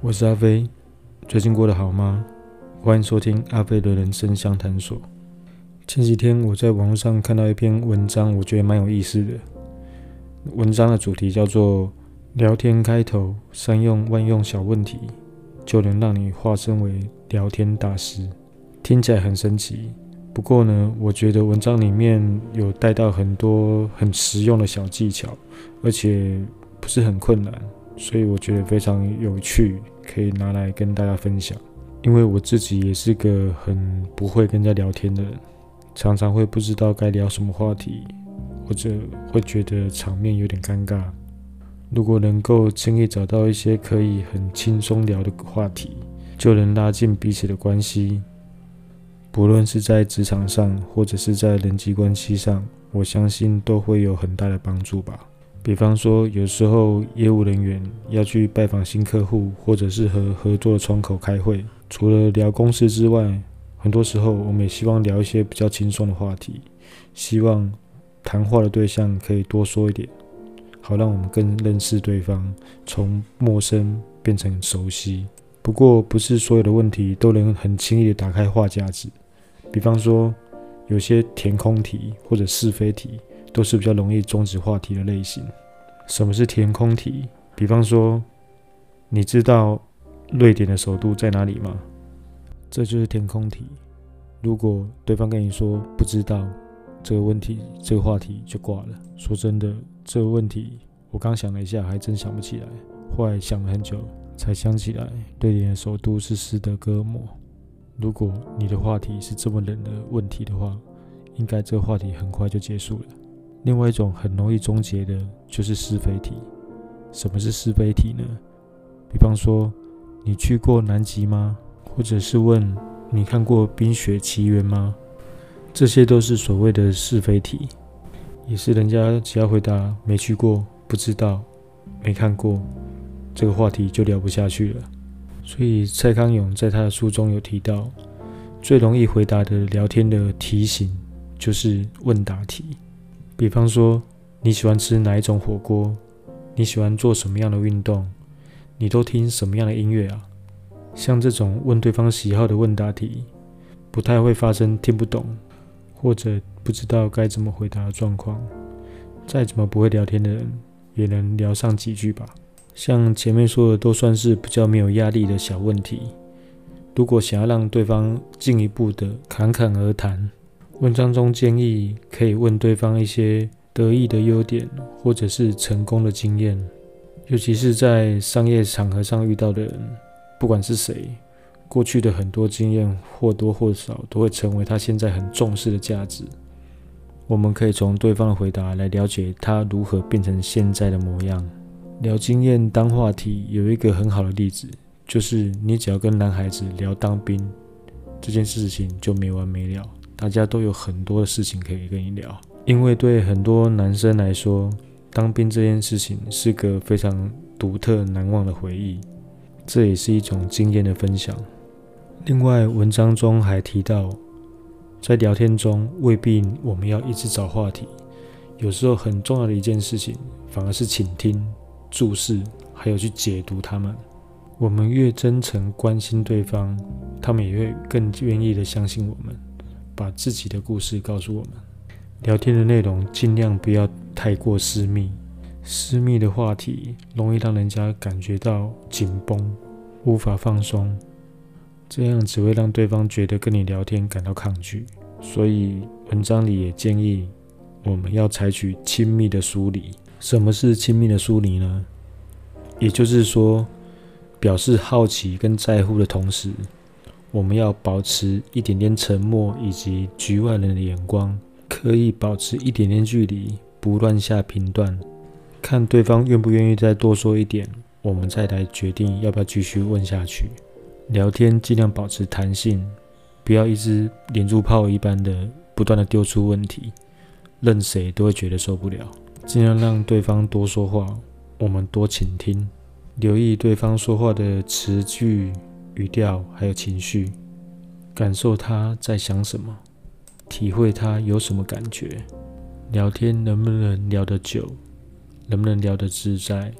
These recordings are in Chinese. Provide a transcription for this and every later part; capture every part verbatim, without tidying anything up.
我是阿飞，最近过得好吗？欢迎收听阿飞的人生相谈所。前几天我在网络上看到一篇文章，我觉得蛮有意思的。文章的主题叫做聊天开头善用万用小问题，就能让你化身为聊天大师。听起来很神奇，不过呢，我觉得文章里面有带到很多很实用的小技巧，而且不是很困难，所以我觉得非常有趣，可以拿来跟大家分享。因为我自己也是个很不会跟人家聊天的人，常常会不知道该聊什么话题，或者会觉得场面有点尴尬。如果能够轻易找到一些可以很轻松聊的话题，就能拉近彼此的关系。不论是在职场上，或者是在人际关系上，我相信都会有很大的帮助吧。比方说，有时候业务人员要去拜访新客户，或者是和合作的窗口开会，除了聊公事之外，很多时候我们也希望聊一些比较轻松的话题，希望谈话的对象可以多说一点，好让我们更认识对方，从陌生变成熟悉。不过，不是所有的问题都能很轻易的打开话匣子。比方说，有些填空题或者是非题，都是比较容易终止话题的类型。什么是填空题？比方说，你知道瑞典的首都在哪里吗？这就是填空题。如果对方跟你说不知道，这个问题这个话题就挂了。说真的，这个问题我刚想了一下，还真想不起来。后来想了很久，才想起来瑞典的首都是斯德哥尔摩。如果你的话题是这么冷的问题的话，应该这个话题很快就结束了。另外一种很容易终结的就是是非题。什么是是非题呢？比方说，你去过南极吗？或者是问你看过《冰雪奇缘》吗？这些都是所谓的是非题，也是人家只要回答没去过、不知道、没看过，这个话题就聊不下去了。所以蔡康永在他的书中有提到，最容易回答的聊天的题型就是问答题。比方说，你喜欢吃哪一种火锅？你喜欢做什么样的运动？你都听什么样的音乐啊？像这种问对方喜好的问答题，不太会发生听不懂或者不知道该怎么回答的状况。再怎么不会聊天的人，也能聊上几句吧。像前面说的，都算是比较没有压力的小问题。如果想要让对方进一步的侃侃而谈，文章中建议可以问对方一些得意的优点，或者是成功的经验。尤其是在商业场合上遇到的人，不管是谁，过去的很多经验或多或少都会成为他现在很重视的价值。我们可以从对方的回答来了解他如何变成现在的模样。聊经验当话题有一个很好的例子，就是你只要跟男孩子聊当兵，这件事情就没完没了，大家都有很多的事情可以跟你聊。因为对很多男生来说，当兵这件事情是个非常独特难忘的回忆，这也是一种经验的分享。另外，文章中还提到，在聊天中未必我们要一直找话题，有时候很重要的一件事情反而是倾听、注视，还有去解读他们。我们越真诚关心对方，他们也会更愿意的相信我们，把自己的故事告诉我们。聊天的内容尽量不要太过私密，私密的话题容易让人家感觉到紧绷，无法放松，这样只会让对方觉得跟你聊天感到抗拒。所以文章里也建议我们要采取亲密的疏离。什么是亲密的疏离呢？也就是说，表示好奇跟在乎的同时，我们要保持一点点沉默以及局外人的眼光，可以保持一点点距离，不乱下评断，看对方愿不愿意再多说一点，我们再来决定要不要继续问下去。聊天尽量保持弹性，不要一直连珠炮一般的不断的丢出问题，任谁都会觉得受不了。尽量让对方多说话，我们多倾听，留意对方说话的词句、语调还有情绪，感受他在想什么，体会他有什么感觉。聊天能不能聊得久，能不能聊得自在，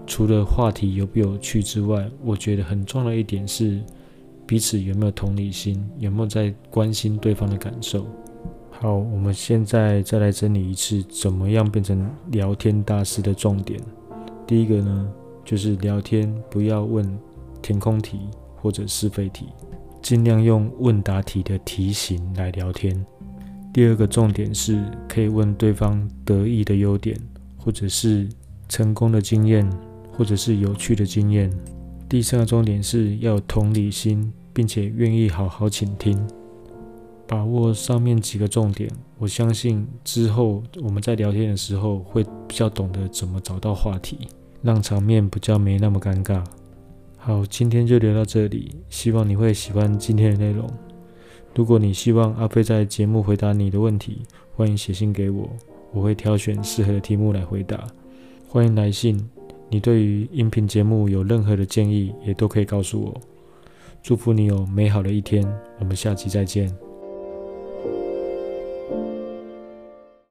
除了话题有不有趣之外，我觉得很重要的一点是彼此有没有同理心，有没有在关心对方的感受。好，我们现在再来整理一次怎么样变成聊天大师的重点。第一个呢，就是聊天不要问填空题或者是非题，尽量用问答题的题型来聊天。第二个重点是可以问对方得意的优点，或者是成功的经验，或者是有趣的经验。第三个重点是要有同理心，并且愿意好好倾听。把握上面几个重点，我相信之后我们在聊天的时候会比较懂得怎么找到话题，让场面比较没那么尴尬。好，今天就聊到这里，希望你会喜欢今天的内容。如果你希望阿飞在节目回答你的问题，欢迎写信给我，我会挑选适合的题目来回答。欢迎来信，你对于音频节目有任何的建议，也都可以告诉我。祝福你有美好的一天，我们下期再见。